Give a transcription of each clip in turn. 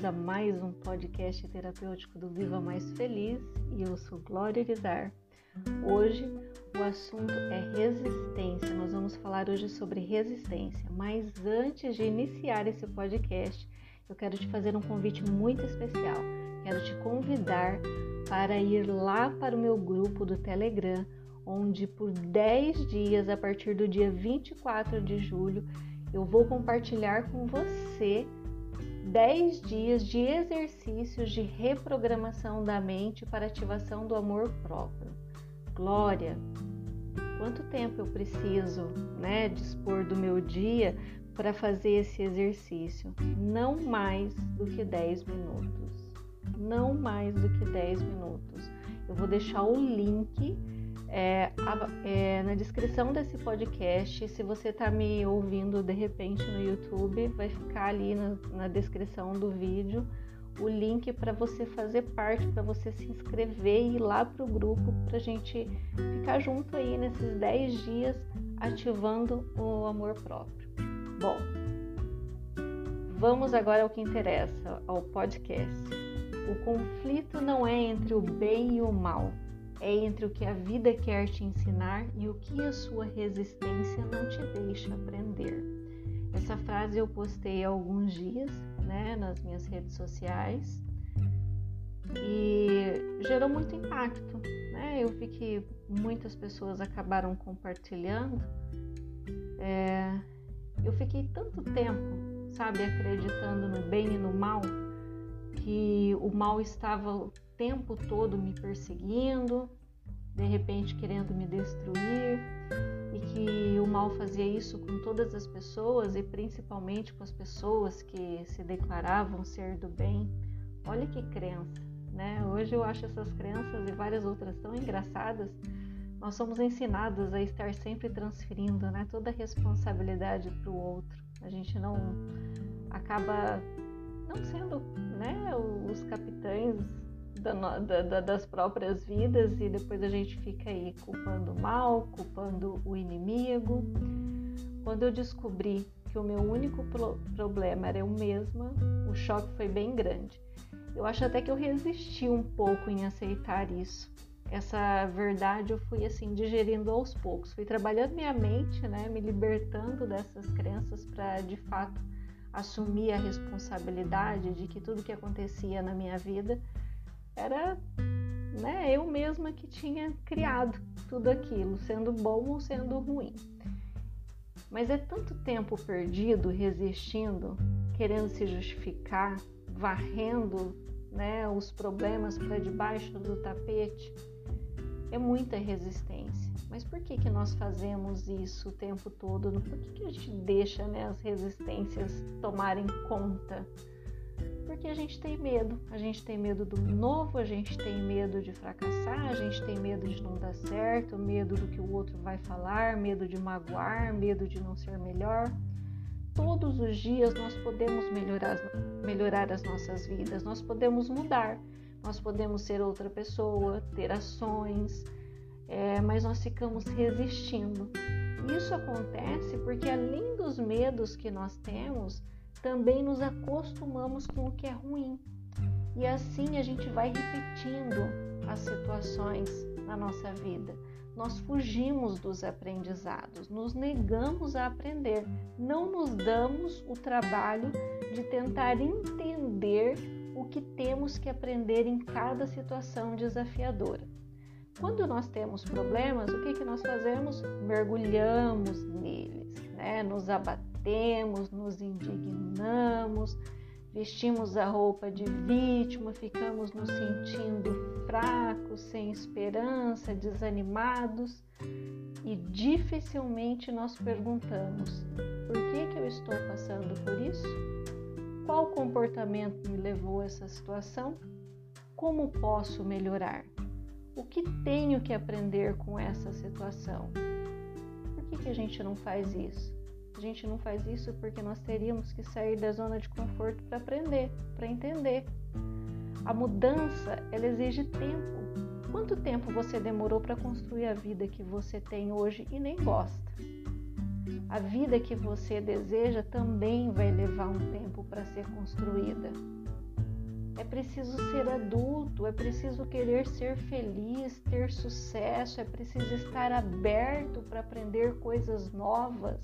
a mais um podcast terapêutico do Viva Mais Feliz e eu sou Glória Irizar. Hoje o assunto é resistência. Nós vamos falar hoje sobre resistência, mas antes de iniciar esse podcast, eu quero te fazer um convite muito especial. Quero te convidar para ir lá para o meu grupo do Telegram, onde por 10 dias, a partir do dia 24 de julho, eu vou compartilhar com você 10 dias de exercícios de reprogramação da mente para ativação do amor próprio. Glória, quanto tempo eu preciso, dispor do meu dia para fazer esse exercício? Não mais do que 10 minutos. Não mais do que 10 minutos. Eu vou deixar o link na descrição desse podcast. Se você está me ouvindo de repente no YouTube, vai ficar ali na descrição do vídeo o link para você fazer parte, para você se inscrever e ir lá para o grupo, para a gente ficar junto aí nesses 10 dias ativando o amor próprio. Bom, vamos agora ao que interessa, ao podcast. O conflito não é entre o bem e o mal, é entre o que a vida quer te ensinar e o que a sua resistência não te deixa aprender. Essa frase eu postei há alguns dias, nas minhas redes sociais e gerou muito impacto, Eu vi que muitas pessoas acabaram compartilhando. Eu fiquei tanto tempo, acreditando no bem e no mal, que o mal estava o tempo todo me perseguindo, de repente querendo me destruir, e que o mal fazia isso com todas as pessoas e principalmente com as pessoas que se declaravam ser do bem. Olha que crença, Hoje eu acho essas crenças e várias outras tão engraçadas. Nós somos ensinados a estar sempre transferindo, toda a responsabilidade para o outro. A gente não acaba não sendo, os capitães das próprias vidas, e depois a gente fica aí culpando o mal, culpando o inimigo. Quando eu descobri que o meu único problema era eu mesma, o choque foi bem grande. Eu acho até que eu resisti um pouco em aceitar isso. Essa verdade eu fui digerindo aos poucos, fui trabalhando minha mente, me libertando dessas crenças para de fato assumir a responsabilidade de que tudo que acontecia na minha vida era eu mesma que tinha criado tudo aquilo, sendo bom ou sendo ruim. Mas é tanto tempo perdido resistindo, querendo se justificar, varrendo os problemas para debaixo do tapete. É muita resistência. Mas por que nós fazemos isso o tempo todo? Por que a gente deixa as resistências tomarem conta? Porque a gente tem medo. A gente tem medo do novo, a gente tem medo de fracassar, a gente tem medo de não dar certo, medo do que o outro vai falar, medo de magoar, medo de não ser melhor. Todos os dias nós podemos melhorar as nossas vidas, nós podemos mudar, nós podemos ser outra pessoa, ter ações, mas nós ficamos resistindo. Isso acontece porque, além dos medos que nós temos, também nos acostumamos com o que é ruim. E assim a gente vai repetindo as situações na nossa vida. Nós fugimos dos aprendizados, nos negamos a aprender, não nos damos o trabalho de tentar entender o que temos que aprender em cada situação desafiadora. Quando nós temos problemas, o que nós fazemos? Mergulhamos neles, Nos abatemos, nos indignamos, vestimos a roupa de vítima, ficamos nos sentindo fracos, sem esperança, desanimados, e dificilmente nós perguntamos: por que eu estou passando por isso? Qual comportamento me levou a essa situação? Como posso melhorar? O que tenho que aprender com essa situação? Por que a gente não faz isso? A gente não faz isso porque nós teríamos que sair da zona de conforto para aprender, para entender. A mudança, ela exige tempo. Quanto tempo você demorou para construir a vida que você tem hoje e nem gosta? A vida que você deseja também vai levar um tempo para ser construída. preciso ser adulto, é preciso querer ser feliz, ter sucesso, é preciso estar aberto para aprender coisas novas,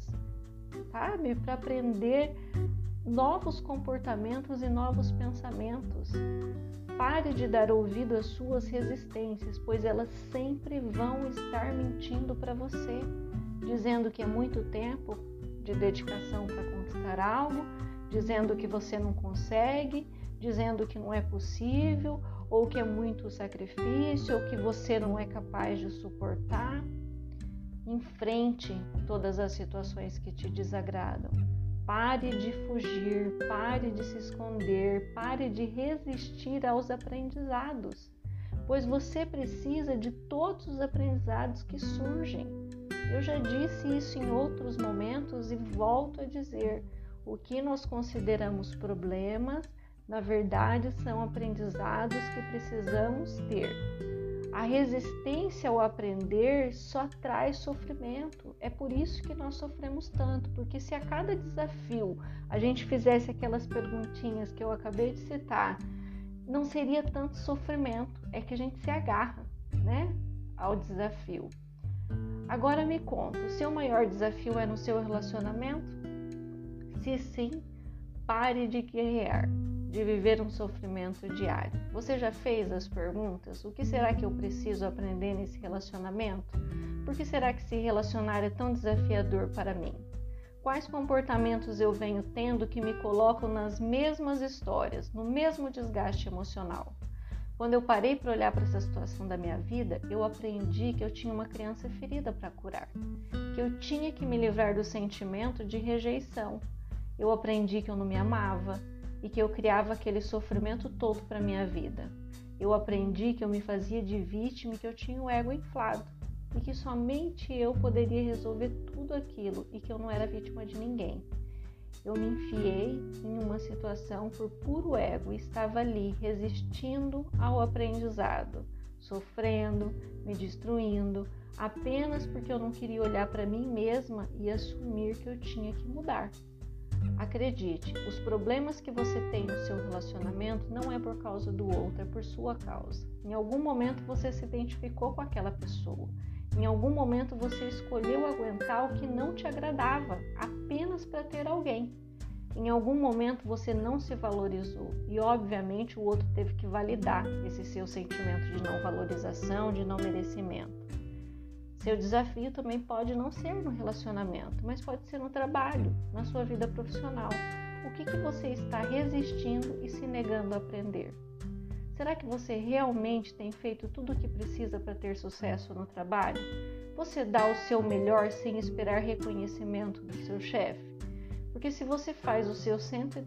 sabe? Para aprender novos comportamentos e novos pensamentos. Pare de dar ouvido às suas resistências, pois elas sempre vão estar mentindo para você, dizendo que é muito tempo de dedicação para conquistar algo, dizendo que você não consegue, dizendo que não é possível, ou que é muito sacrifício, ou que você não é capaz de suportar. Enfrente todas as situações que te desagradam. Pare de fugir, pare de se esconder, pare de resistir aos aprendizados, pois você precisa de todos os aprendizados que surgem. Eu já disse isso em outros momentos e volto a dizer: o que nós consideramos problemas, na verdade, são aprendizados que precisamos ter. A resistência ao aprender só traz sofrimento. É por isso que nós sofremos tanto, porque se a cada desafio a gente fizesse aquelas perguntinhas que eu acabei de citar, não seria tanto sofrimento. É que a gente se agarra, né, ao desafio. Agora me conta, o seu maior desafio é no seu relacionamento? Se sim, pare de guerrear, de viver um sofrimento diário. Você já fez as perguntas? O que será que eu preciso aprender nesse relacionamento? Por que será que se relacionar é tão desafiador para mim? Quais comportamentos eu venho tendo que me colocam nas mesmas histórias, no mesmo desgaste emocional? Quando eu parei para olhar para essa situação da minha vida, eu aprendi que eu tinha uma criança ferida para curar, que eu tinha que me livrar do sentimento de rejeição. Eu aprendi que eu não me amava e que eu criava aquele sofrimento todo para minha vida. Eu aprendi que eu me fazia de vítima e que eu tinha o ego inflado e que somente eu poderia resolver tudo aquilo e que eu não era vítima de ninguém. Eu me enfiei em uma situação por puro ego e estava ali resistindo ao aprendizado, sofrendo, me destruindo, apenas porque eu não queria olhar para mim mesma e assumir que eu tinha que mudar. Acredite, os problemas que você tem no seu relacionamento não é por causa do outro, é por sua causa. Em algum momento você se identificou com aquela pessoa. Em algum momento você escolheu aguentar o que não te agradava, apenas para ter alguém. Em algum momento você não se valorizou e, obviamente, o outro teve que validar esse seu sentimento de não valorização, de não merecimento. Seu desafio também pode não ser no relacionamento, mas pode ser no trabalho, na sua vida profissional. O que você está resistindo e se negando a aprender? Será que você realmente tem feito tudo o que precisa para ter sucesso no trabalho? Você dá o seu melhor sem esperar reconhecimento do seu chefe? Porque se você faz o seu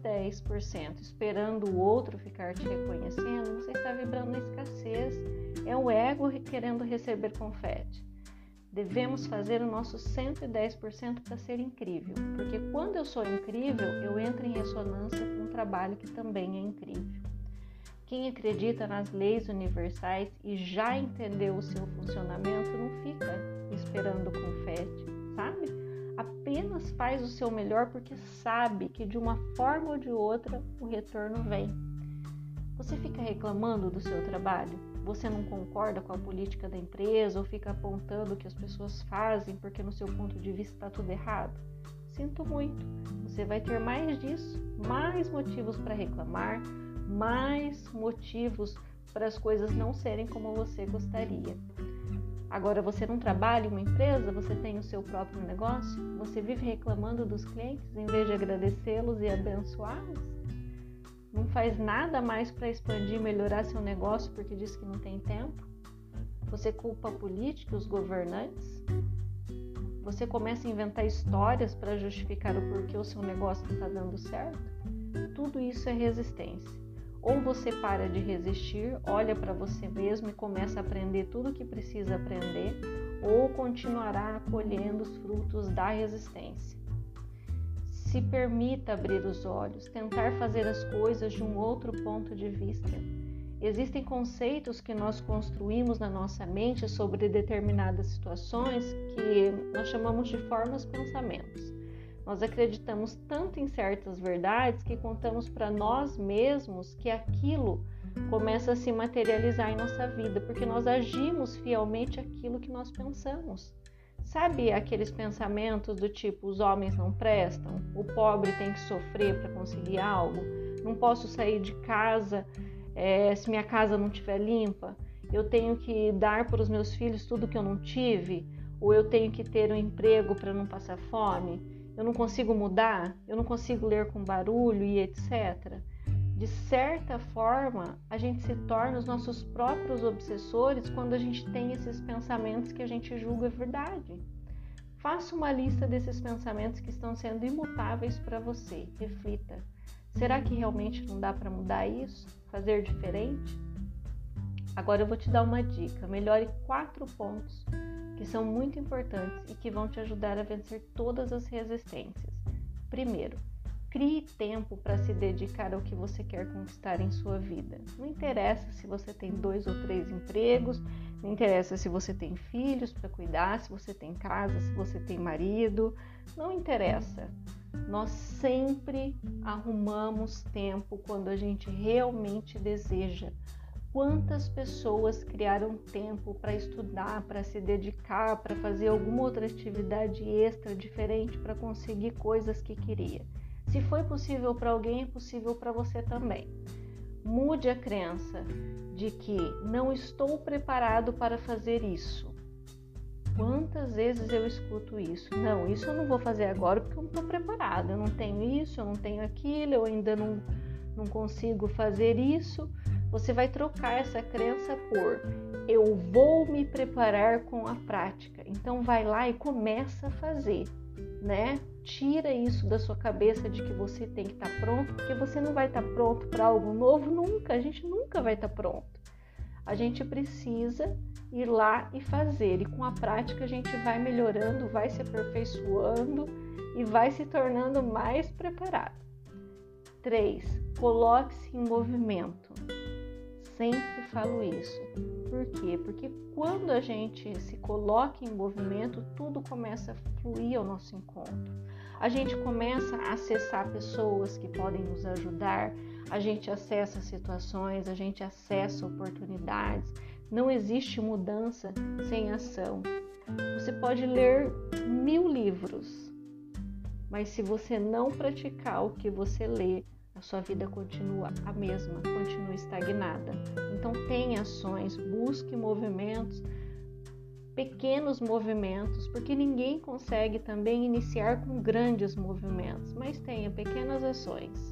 110% esperando o outro ficar te reconhecendo, você está vibrando na escassez. É o ego querendo receber confete. Devemos fazer o nosso 110% para ser incrível, porque quando eu sou incrível, eu entro em ressonância com um trabalho que também é incrível. Quem acredita nas leis universais e já entendeu o seu funcionamento não fica esperando confete, sabe? Apenas faz o seu melhor porque sabe que de uma forma ou de outra o retorno vem. Você fica reclamando do seu trabalho? Você não concorda com a política da empresa ou fica apontando o que as pessoas fazem porque no seu ponto de vista está tudo errado? Sinto muito, você vai ter mais disso, mais motivos para reclamar, mais motivos para as coisas não serem como você gostaria. Agora, você não trabalha em uma empresa, você tem o seu próprio negócio, você vive reclamando dos clientes em vez de agradecê-los e abençoá-los? Não faz nada mais para expandir e melhorar seu negócio porque diz que não tem tempo? Você culpa a política e os governantes? Você começa a inventar histórias para justificar o porquê o seu negócio não está dando certo? Tudo isso é resistência. Ou você para de resistir, olha para você mesmo e começa a aprender tudo o que precisa aprender, ou continuará colhendo os frutos da resistência. Se permita abrir os olhos, tentar fazer as coisas de um outro ponto de vista. Existem conceitos que nós construímos na nossa mente sobre determinadas situações que nós chamamos de formas pensamentos. Nós acreditamos tanto em certas verdades que contamos para nós mesmos que aquilo começa a se materializar em nossa vida, porque nós agimos fielmente aquilo que nós pensamos. Sabe aqueles pensamentos do tipo, os homens não prestam, o pobre tem que sofrer para conseguir algo, não posso sair de casa se minha casa não estiver limpa, eu tenho que dar para os meus filhos tudo que eu não tive, ou eu tenho que ter um emprego para não passar fome, eu não consigo mudar, eu não consigo ler com barulho e etc. De certa forma, a gente se torna os nossos próprios obsessores quando a gente tem esses pensamentos que a gente julga verdade. Faça uma lista desses pensamentos que estão sendo imutáveis para você. Reflita. Será que realmente não dá para mudar isso? Fazer diferente? Agora eu vou te dar uma dica. Melhore 4 pontos que são muito importantes e que vão te ajudar a vencer todas as resistências. Primeiro, crie tempo para se dedicar ao que você quer conquistar em sua vida. Não interessa se você tem 2 ou 3 empregos, não interessa se você tem filhos para cuidar, se você tem casa, se você tem marido, não interessa. Nós sempre arrumamos tempo quando a gente realmente deseja. Quantas pessoas criaram tempo para estudar, para se dedicar, para fazer alguma outra atividade extra, diferente, para conseguir coisas que queria? Se foi possível para alguém, é possível para você também. Mude a crença de que não estou preparado para fazer isso. Quantas vezes eu escuto isso? Não, isso eu não vou fazer agora porque eu não estou preparado. Eu não tenho isso, eu não tenho aquilo, eu ainda não consigo fazer isso. Você vai trocar essa crença por eu vou me preparar com a prática. Então vai lá e começa a fazer, né? Tira isso da sua cabeça de que você tem que estar pronto, porque você não vai estar pronto para algo novo nunca. A gente nunca vai estar pronto. A gente precisa ir lá e fazer. E com a prática a gente vai melhorando, vai se aperfeiçoando e vai se tornando mais preparado. 3. Coloque-se em movimento. Sempre falo isso. Por quê? Porque quando a gente se coloca em movimento, tudo começa a fluir ao nosso encontro. A gente começa a acessar pessoas que podem nos ajudar, a gente acessa situações, a gente acessa oportunidades. Não existe mudança sem ação. Você pode ler 1000 livros, mas se você não praticar o que você lê, a sua vida continua a mesma, continua estagnada. Então tenha ações, busque movimentos, pequenos movimentos, porque ninguém consegue também iniciar com grandes movimentos, mas tenha pequenas ações.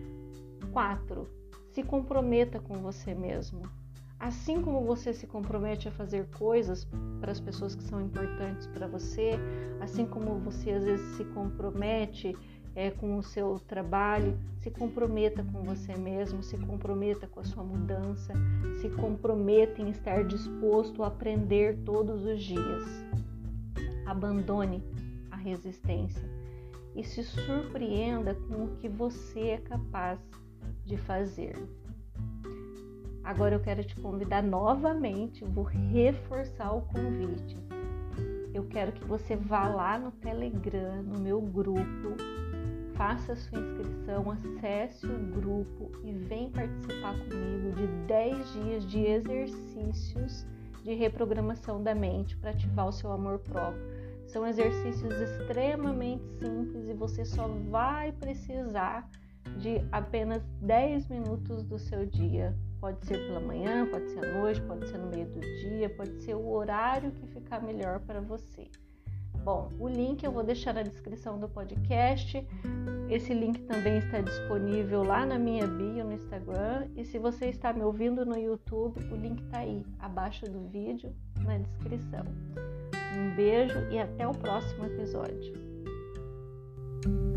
4. Se comprometa com você mesmo. Assim como você se compromete a fazer coisas para as pessoas que são importantes para você, assim como você às vezes se compromete com o seu trabalho, se comprometa com você mesmo, se comprometa com a sua mudança, se comprometa em estar disposto a aprender todos os dias. Abandone a resistência e se surpreenda com o que você é capaz de fazer. Agora eu quero te convidar novamente, vou reforçar o convite. Eu quero que você vá lá no Telegram, no meu grupo, faça a sua inscrição, acesse o grupo e vem participar comigo de 10 dias de exercícios de reprogramação da mente para ativar o seu amor próprio. São exercícios extremamente simples e você só vai precisar de apenas 10 minutos do seu dia. Pode ser pela manhã, pode ser à noite, pode ser no meio do dia, pode ser o horário que ficar melhor para você. Bom, o link eu vou deixar na descrição do podcast. Esse link também está disponível lá na minha bio no Instagram. E se você está me ouvindo no YouTube, o link está aí, abaixo do vídeo, na descrição. Um beijo e até o próximo episódio.